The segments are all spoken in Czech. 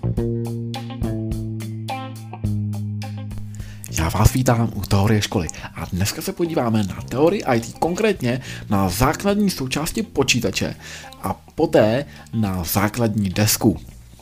Já vás vítám u Teorie školy a dneska se podíváme na teorii IT, konkrétně na základní součásti počítače a poté na základní desku.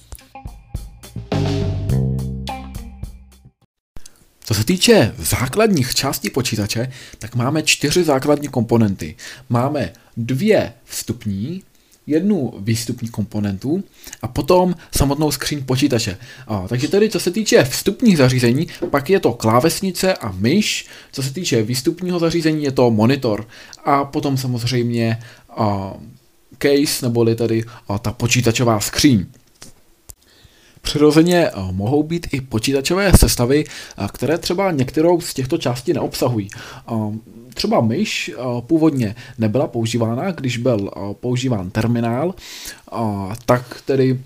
Co se týče základních částí počítače, tak máme 4 základní komponenty. Máme 2 vstupní, 1 výstupní komponentu a potom samotnou skříň počítače. Takže tedy, co se týče vstupních zařízení, pak je to klávesnice a myš, co se týče výstupního zařízení, je to monitor a potom samozřejmě case, neboli tedy ta počítačová skříň. Přirozeně mohou být i počítačové sestavy, které třeba některou z těchto částí neobsahují. Třeba myš původně nebyla používána, když byl používán terminál, tak tedy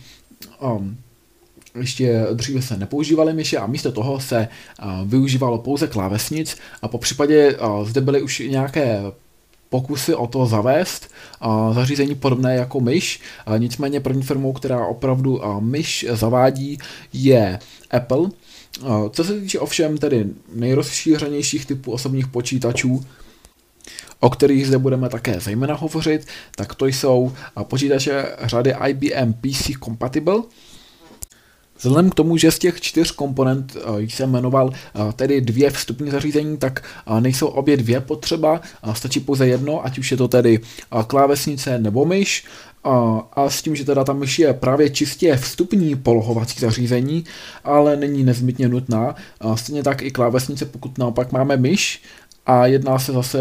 ještě dříve se nepoužívaly myše a místo toho se využívalo pouze klávesnic a po případě zde byly už nějaké pokusy o to zavést zařízení podobné jako myš. Nicméně první firmou, která opravdu myš zavádí, je Apple. Co se týče ovšem tedy nejrozšířenějších typů osobních počítačů, o kterých zde budeme také zejména hovořit, tak to jsou počítače řady IBM PC Compatible. Vzhledem k tomu, že z těch 4 komponent jsem jmenoval tedy 2 vstupní zařízení, tak nejsou obě 2 potřeba, stačí pouze jedno, ať už je to tedy klávesnice nebo myš. A s tím, že teda ta myš je právě čistě vstupní polohovací zařízení, ale není nezbytně nutná. Stejně tak i klávesnice, pokud naopak máme myš a jedná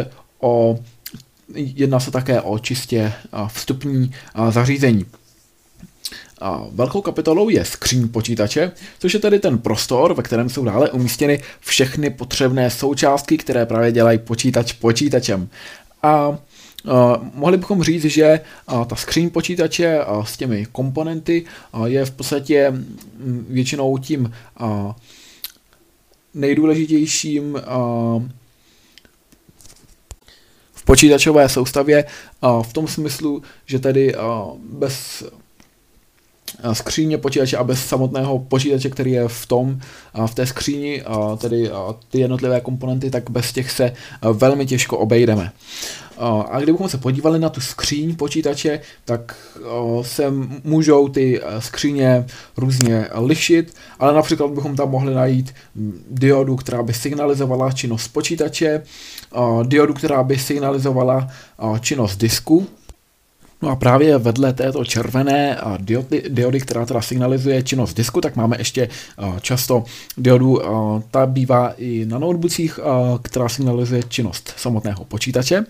se také o čistě vstupní zařízení. Velkou kapitolou je skříň počítače, což je tedy ten prostor, ve kterém jsou dále umístěny všechny potřebné součástky, které právě dělají počítač počítačem. A mohli bychom říct, že ta skříň počítače s těmi komponenty je v podstatě většinou tím nejdůležitějším v počítačové soustavě v tom smyslu, že tedy bez skříně počítače a bez samotného počítače, který je v té skříni, tedy ty jednotlivé komponenty, tak bez těch se velmi těžko obejdeme. A kdybychom se podívali na tu skříň počítače, tak se můžou ty skříně různě lišit, ale například bychom tam mohli najít diodu, která by signalizovala činnost počítače, diodu, která by signalizovala činnost disku. No a právě vedle této červené diody, která teda signalizuje činnost disku, tak máme ještě často diodu, ta bývá i na notebookích, která signalizuje činnost samotného počítače.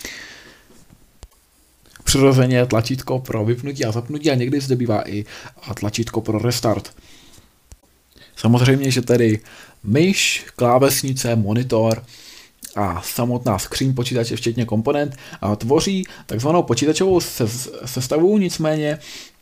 Přirozeně tlačítko pro vypnutí a zapnutí a někdy zde bývá i tlačítko pro restart. Samozřejmě, že tedy myš, klávesnice, monitor a samotná skříň počítače, včetně komponent, tvoří takzvanou počítačovou sestavu, nicméně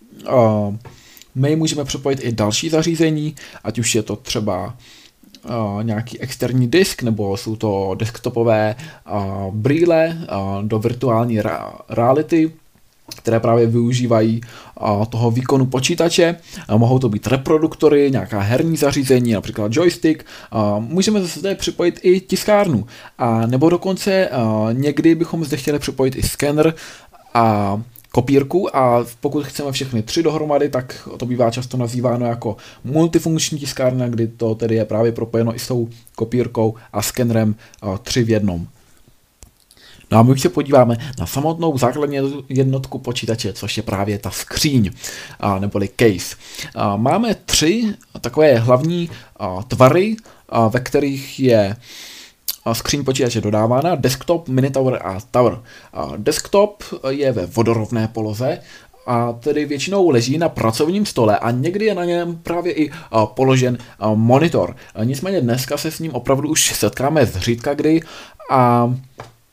my můžeme připojit i další zařízení, ať už je to třeba nějaký externí disk, nebo jsou to desktopové brýle do virtuální reality, které právě využívají toho výkonu počítače. Mohou to být reproduktory, nějaká herní zařízení, například joystick. Můžeme zde připojit i tiskárnu. Nebo dokonce někdy bychom zde chtěli připojit i skener a kopírku a pokud chceme všechny 3 dohromady, tak to bývá často nazýváno jako multifunkční tiskárna, kdy to tedy je právě propojeno i s tou kopírkou a skenerem 3 v jednom. No a my už se podíváme na samotnou základní jednotku počítače, což je právě ta skříň, neboli case. Máme 3 takové hlavní tvary, ve kterých je skříň počítače dodávána: desktop, mini tower a tower. Desktop je ve vodorovné poloze a tedy většinou leží na pracovním stole a někdy je na něm právě i položen monitor. Nicméně dneska se s ním opravdu už setkáme zřídka kdy a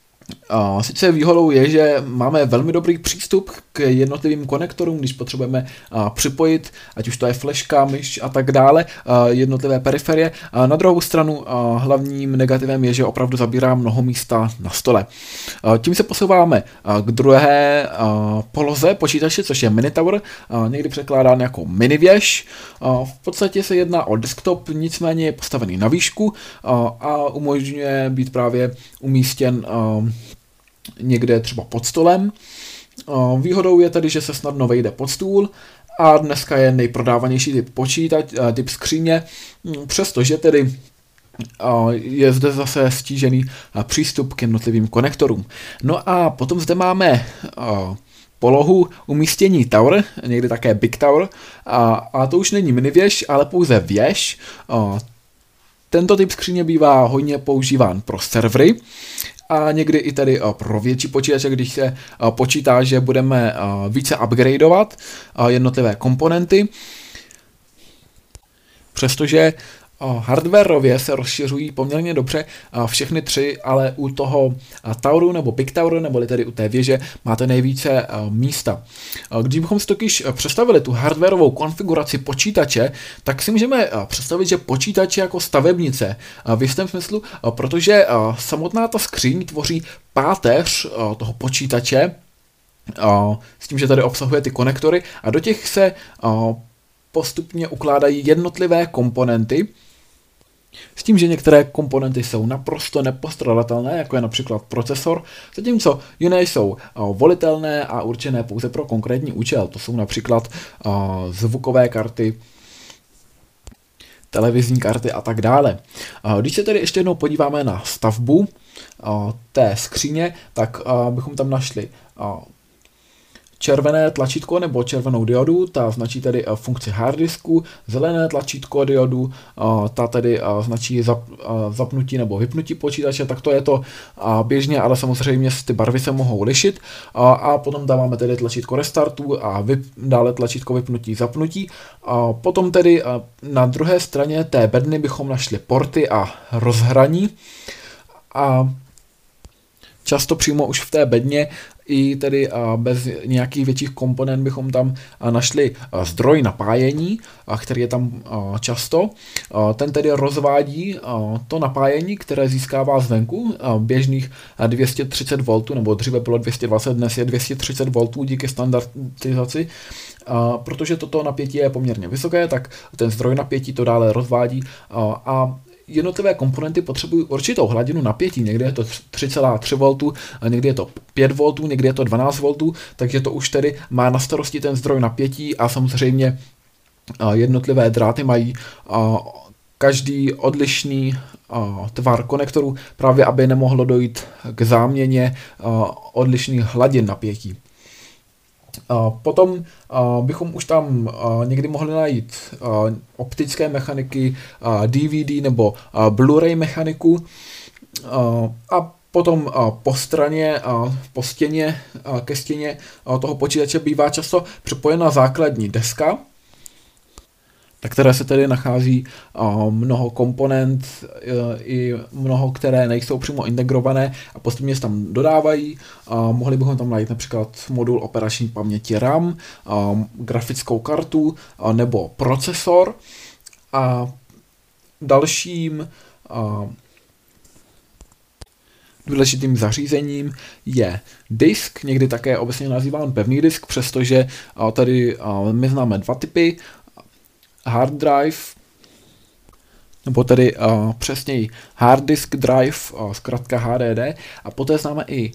Sice výhodou je, že máme velmi dobrý přístup k jednotlivým konektorům, když potřebujeme připojit, ať už to je fleška, myš a tak dále, jednotlivé periferie. Na druhou stranu hlavním negativem je, že opravdu zabírá mnoho místa na stole. Tím se posouváme k druhé poloze počítače, což je mini tower, někdy překládán jako minivěž. V podstatě se jedná o desktop, nicméně je postavený na výšku a umožňuje být právě umístěn někde třeba pod stolem. Výhodou je tedy, že se snadno vejde pod stůl a dneska je nejprodávanější typ typ skříně, přestože tedy je zde zase stížený přístup k jednotlivým konektorům. No a potom zde máme polohu umístění tower, někdy také big tower, a to už není minivěž, ale pouze věž. Tento typ skříně bývá hodně používán pro servery a někdy i tady pro větší počítače, když se počítá, že budeme více upgradeovat jednotlivé komponenty. Přestože hardwareově se rozšiřují poměrně dobře všechny tři, ale u toho toweru nebo big toweru, neboli tedy u té věže, máte nejvíce místa. Když bychom si totiž představili tu hardwareovou konfiguraci počítače, tak si můžeme představit, že počítač jako stavebnice v jistém smyslu, protože samotná ta skříň tvoří páteř toho počítače, s tím, že tady obsahuje ty konektory a do těch se postupně ukládají jednotlivé komponenty, s tím, že některé komponenty jsou naprosto nepostradatelné, jako je například procesor, zatímco jiné jsou volitelné a určené pouze pro konkrétní účel. To jsou například zvukové karty, televizní karty a tak dále. Když se tedy ještě jednou podíváme na stavbu té skříně, tak bychom tam našli červené tlačítko nebo červenou diodu, ta značí tedy funkci harddisku, zelené tlačítko diodu, ta tedy značí zapnutí nebo vypnutí počítače, tak to je to běžně, ale samozřejmě ty barvy se mohou lišit. A potom tam máme tedy tlačítko restartu a dále tlačítko vypnutí, zapnutí. Potom tedy na druhé straně té bedny bychom našli porty a rozhraní. A často přímo už v té bedně i tedy bez nějakých větších komponent bychom tam našli zdroj napájení, který je tam často. Ten tedy rozvádí to napájení, které získává zvenku, běžných 230 V, nebo dříve bylo 220, dnes je 230 V díky standardizaci. Protože toto napětí je poměrně vysoké, tak ten zdroj napětí to dále rozvádí a jednotlivé komponenty potřebují určitou hladinu napětí, někdy je to 3,3 V, někdy je to 5 V, někdy je to 12 V, takže to už tedy má na starosti ten zdroj napětí a samozřejmě jednotlivé dráty mají každý odlišný tvar konektoru, právě aby nemohlo dojít k záměně odlišných hladin napětí. Potom bychom už tam někdy mohli najít optické mechaniky, DVD nebo Blu-ray mechaniku a potom po straně, po stěně, ke stěně toho počítače bývá často připojena základní deska, na které se tedy nachází mnoho komponent, i mnoho, které nejsou přímo integrované a postupně se tam dodávají. Mohli bychom tam najít například modul operační paměti RAM, grafickou kartu nebo procesor. A dalším důležitým zařízením je disk, někdy také obecně nazýván pevný disk, přestože tady my známe dva typy, hard drive, nebo tedy přesněji hard disk drive, zkrátka HDD, a poté známe i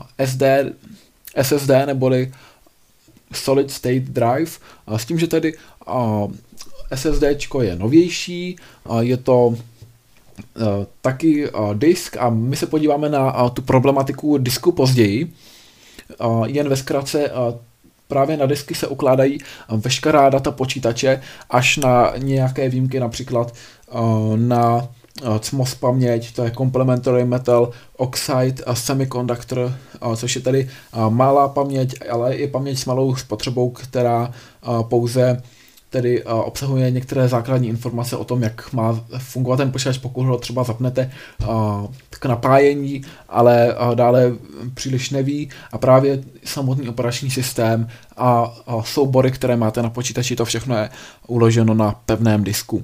SSD neboli solid state drive, s tím, že tedy SSD je novější, je to taky disk a my se podíváme na tu problematiku disku později, jen ve zkratce. Právě na disky se ukládají veškerá data počítače, až na nějaké výjimky, například na CMOS paměť, to je Complementary Metal Oxide a Semiconductor, což je tady malá paměť, ale i paměť s malou spotřebou, která pouze tedy obsahuje některé základní informace o tom, jak má fungovat ten počítač, pokud ho třeba zapnete k napájení, ale dále příliš neví, a právě samotný operační systém a soubory, které máte na počítači, to všechno je uloženo na pevném disku.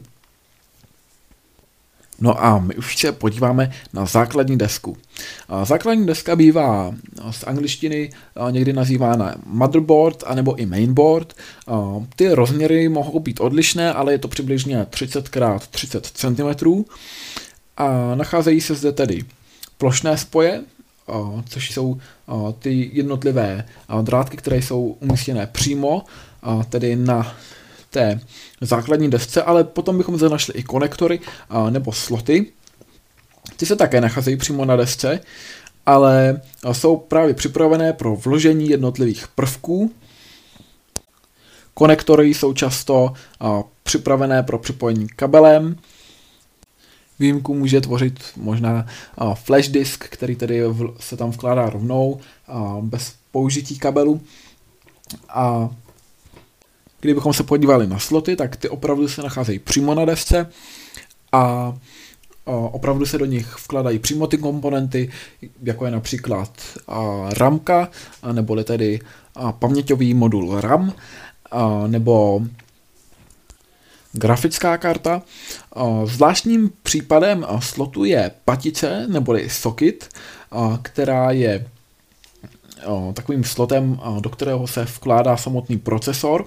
No a my už se podíváme na základní desku. Základní deska bývá z angličtiny někdy nazývána motherboard anebo i mainboard. Ty rozměry mohou být odlišné, ale je to přibližně 30 x 30 cm. A nacházejí se zde tedy plošné spoje, což jsou ty jednotlivé drátky, které jsou umístěné přímo, tedy na té základní desce, ale potom bychom zde našli i konektory nebo sloty. Ty se také nacházejí přímo na desce, ale jsou právě připravené pro vložení jednotlivých prvků. Konektory jsou často připravené pro připojení kabelem. Výjimku může tvořit možná flash disk, který tedy se tam vkládá rovnou bez použití kabelu. A kdybychom se podívali na sloty, tak ty opravdu se nacházejí přímo na desce a opravdu se do nich vkladají přímo ty komponenty, jako je například ramka, neboli tedy paměťový modul RAM, nebo grafická karta. Zvláštním případem slotu je patice, neboli socket, která je takovým slotem, do kterého se vkládá samotný procesor.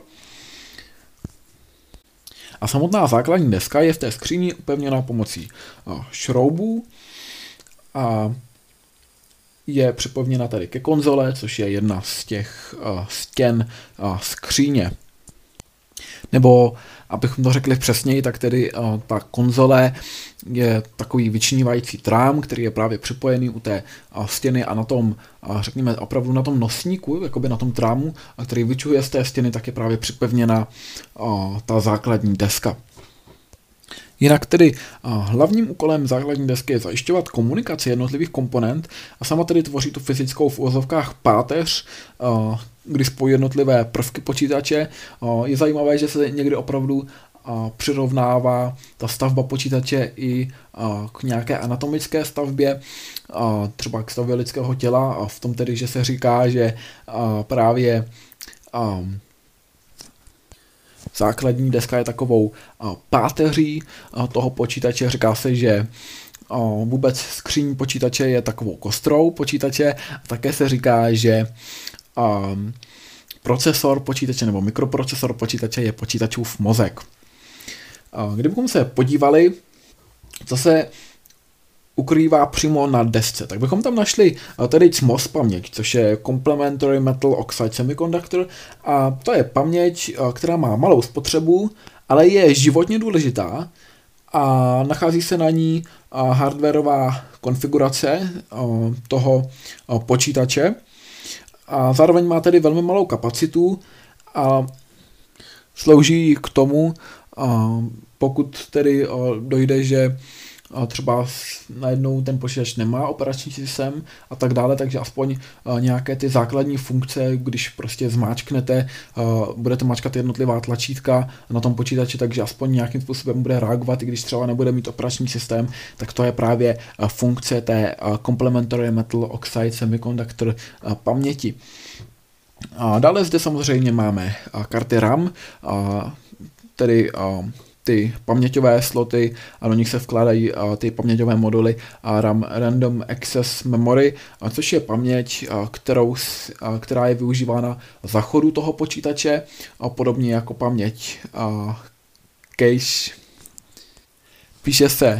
A samotná základní deska je v té skříni upevněná pomocí šroubů a je připevněna tady ke konzole, což je jedna z těch stěn skříně. Nebo, abychom to řekli přesněji, tak tedy ta konzole je takový vyčnívající trám, který je právě připojený u té stěny a na tom, řekněme, opravdu na tom nosníku, jakoby na tom trámu, který vyčuje z té stěny, tak je právě připevněna ta základní deska. Jinak tedy hlavním úkolem základní desky je zajišťovat komunikaci jednotlivých komponent a sama tedy tvoří tu fyzickou v uvozovkách páteř, kdy spojí jednotlivé prvky počítače. Je zajímavé, že se někdy opravdu přirovnává ta stavba počítače i k nějaké anatomické stavbě, třeba k stavbě lidského těla, a v tom tedy, že se říká, že právě základní deska je takovou páteří toho počítače. Říká se, že vůbec skříň počítače je takovou kostrou počítače. A také se říká, že procesor počítače nebo mikroprocesor počítače je počítačův mozek. Kdybychom se podívali, co se ukrývá přímo na desce, tak bychom tam našli tedy CMOS paměť, což je Complementary Metal Oxide Semiconductor, a to je paměť, která má malou spotřebu, ale je životně důležitá a nachází se na ní hardwarová konfigurace toho počítače a zároveň má tedy velmi malou kapacitu a slouží k tomu, pokud tedy dojde, že třeba najednou ten počítač nemá operační systém a tak dále, takže aspoň nějaké ty základní funkce, když prostě zmáčknete, budete mačkat jednotlivá tlačítka na tom počítači, takže aspoň nějakým způsobem bude reagovat, i když třeba nebude mít operační systém, tak to je právě funkce té Complementary Metal Oxide Semiconductor paměti. Dále zde samozřejmě máme karty RAM, tedy ty paměťové sloty a do nich se vkládají ty paměťové moduly RAM Random Access Memory, což je paměť, která je využívána za chodu toho počítače, podobně jako paměť cache. Píše se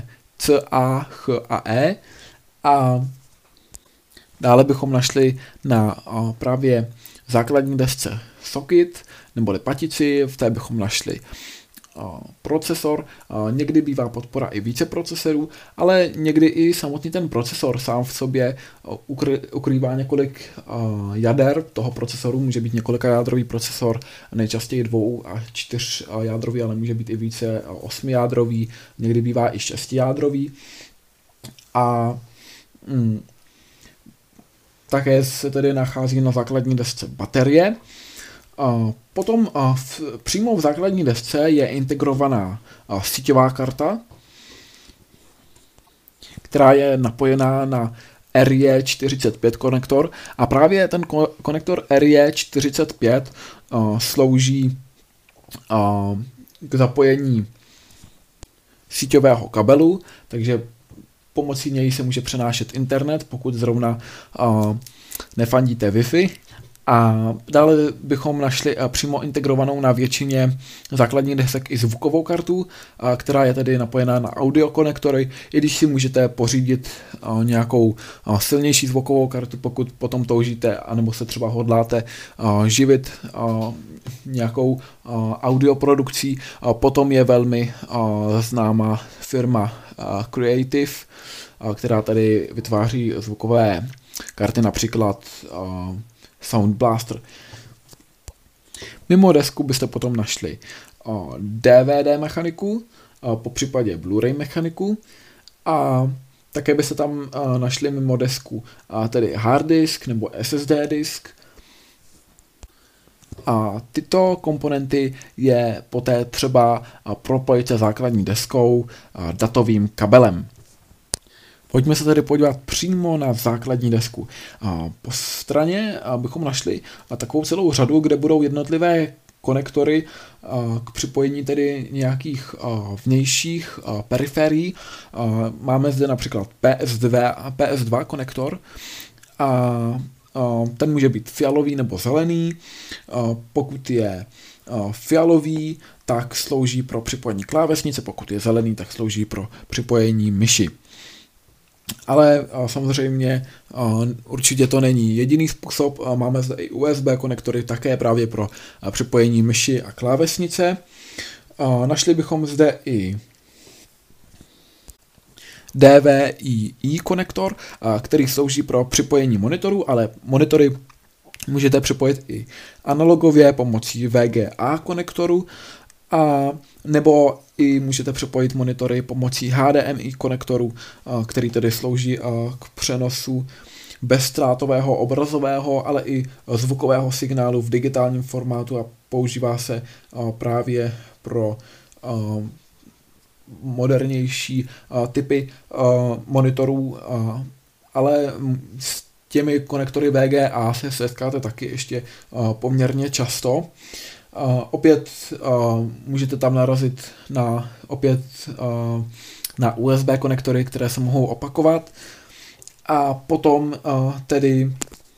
CACHE a dále bychom našli na právě základní desce socket neboli patici, v té bychom našli procesor, někdy bývá podpora i více procesorů, ale někdy i samotný ten procesor sám v sobě ukrývá několik jader toho procesoru, může být několikajádrový procesor, nejčastěji 2 a 4 jádrový, ale může být i více 8 jádrový, někdy bývá i 6 jádrový a také se tedy nachází na základní desce baterie Potom přímo v základní desce je integrovaná síťová karta, která je napojená na RJ45 konektor a právě ten konektor RJ45 slouží k zapojení síťového kabelu, takže pomocí něj se může přenášet internet, pokud zrovna nefandíte Wi-Fi. A dále bychom našli přímo integrovanou na většině základních desek i zvukovou kartu, která je tedy napojená na audio konektory, i když si můžete pořídit nějakou silnější zvukovou kartu, pokud potom toužíte, anebo se třeba hodláte živit nějakou audioprodukcí. Potom je velmi známá firma Creative, která tady vytváří zvukové karty, například Sound Blaster. Mimo desku byste potom našli DVD mechaniku, po případě Blu-ray mechaniku a také byste tam našli mimo desku tedy hard disk nebo SSD disk. A tyto komponenty je poté třeba propojit se základní deskou datovým kabelem. Pojďme se tedy podívat přímo na základní desku. Po straně bychom našli takovou celou řadu, kde budou jednotlivé konektory k připojení tedy nějakých vnějších periferií. Máme zde například PS2 konektor a ten může být fialový nebo zelený. Pokud je fialový, tak slouží pro připojení klávesnice, pokud je zelený, tak slouží pro připojení myši. Ale samozřejmě určitě to není jediný způsob. Máme zde i USB konektory také právě pro připojení myši a klávesnice. Našli bychom zde i DVI konektor, který slouží pro připojení monitoru, ale monitory můžete připojit i analogově pomocí VGA konektoru, nebo i můžete připojit monitory pomocí HDMI konektoru, který tedy slouží k přenosu bezdrátového obrazového, ale i zvukového signálu v digitálním formátu a používá se právě pro modernější typy monitorů, ale s těmi konektory VGA se setkáte taky ještě poměrně často. Opět můžete tam narazit na USB konektory, které se mohou opakovat. A potom tedy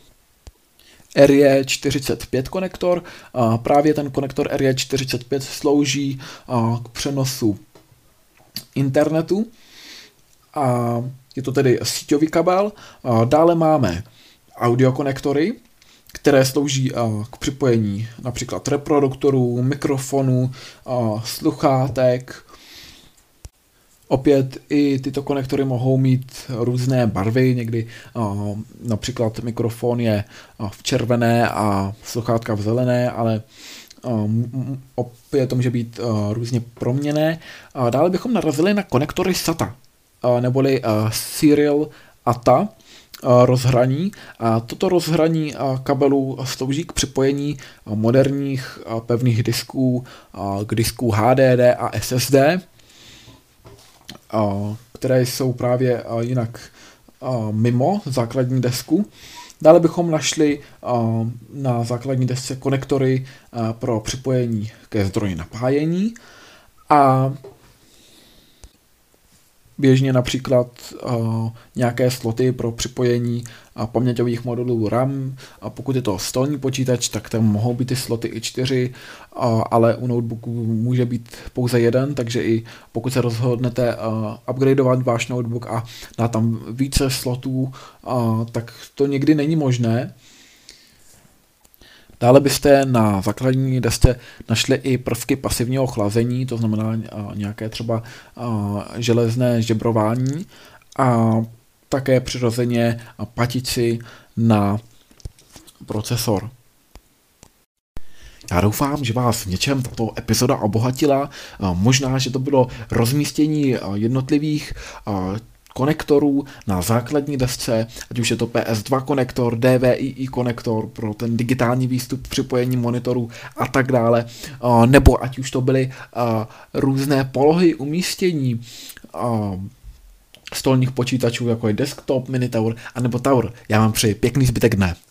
RJ45 konektor. Právě ten konektor RJ45 slouží k přenosu internetu. A je to tedy síťový kabel. Dále máme audio konektory, které slouží k připojení například reproduktorů, mikrofonů, sluchátek. Opět i tyto konektory mohou mít různé barvy, někdy například mikrofon je v červené a sluchátka v zelené, ale opět to může být různě proměnné. Dále bychom narazili na konektory SATA, neboli Serial ATA rozhraní. Toto rozhraní kabelů slouží k připojení moderních pevných disků k disků HDD a SSD, které jsou právě jinak mimo základní desku. Dále bychom našli na základní desce konektory pro připojení ke zdroji napájení a běžně například nějaké sloty pro připojení paměťových modulů RAM. A pokud je to stolní počítač, tak tam mohou být ty sloty i 4, ale u notebooku může být pouze jeden, takže i pokud se rozhodnete upgradeovat váš notebook a dát tam více slotů, tak to někdy není možné. Dále byste na základní desce našli i prvky pasivního chlazení, to znamená nějaké třeba železné žebrování a také přirozeně patici na procesor. Já doufám, že vás v něčem tato epizoda obohatila. Možná, že to bylo rozmístění jednotlivých konektorů na základní desce, ať už je to PS2 konektor, DVI konektor pro ten digitální výstup připojení monitorů a tak dále, nebo ať už to byly různé polohy umístění stolních počítačů, jako je desktop, mini tower, anebo tower. Já vám přeji pěkný zbytek dne.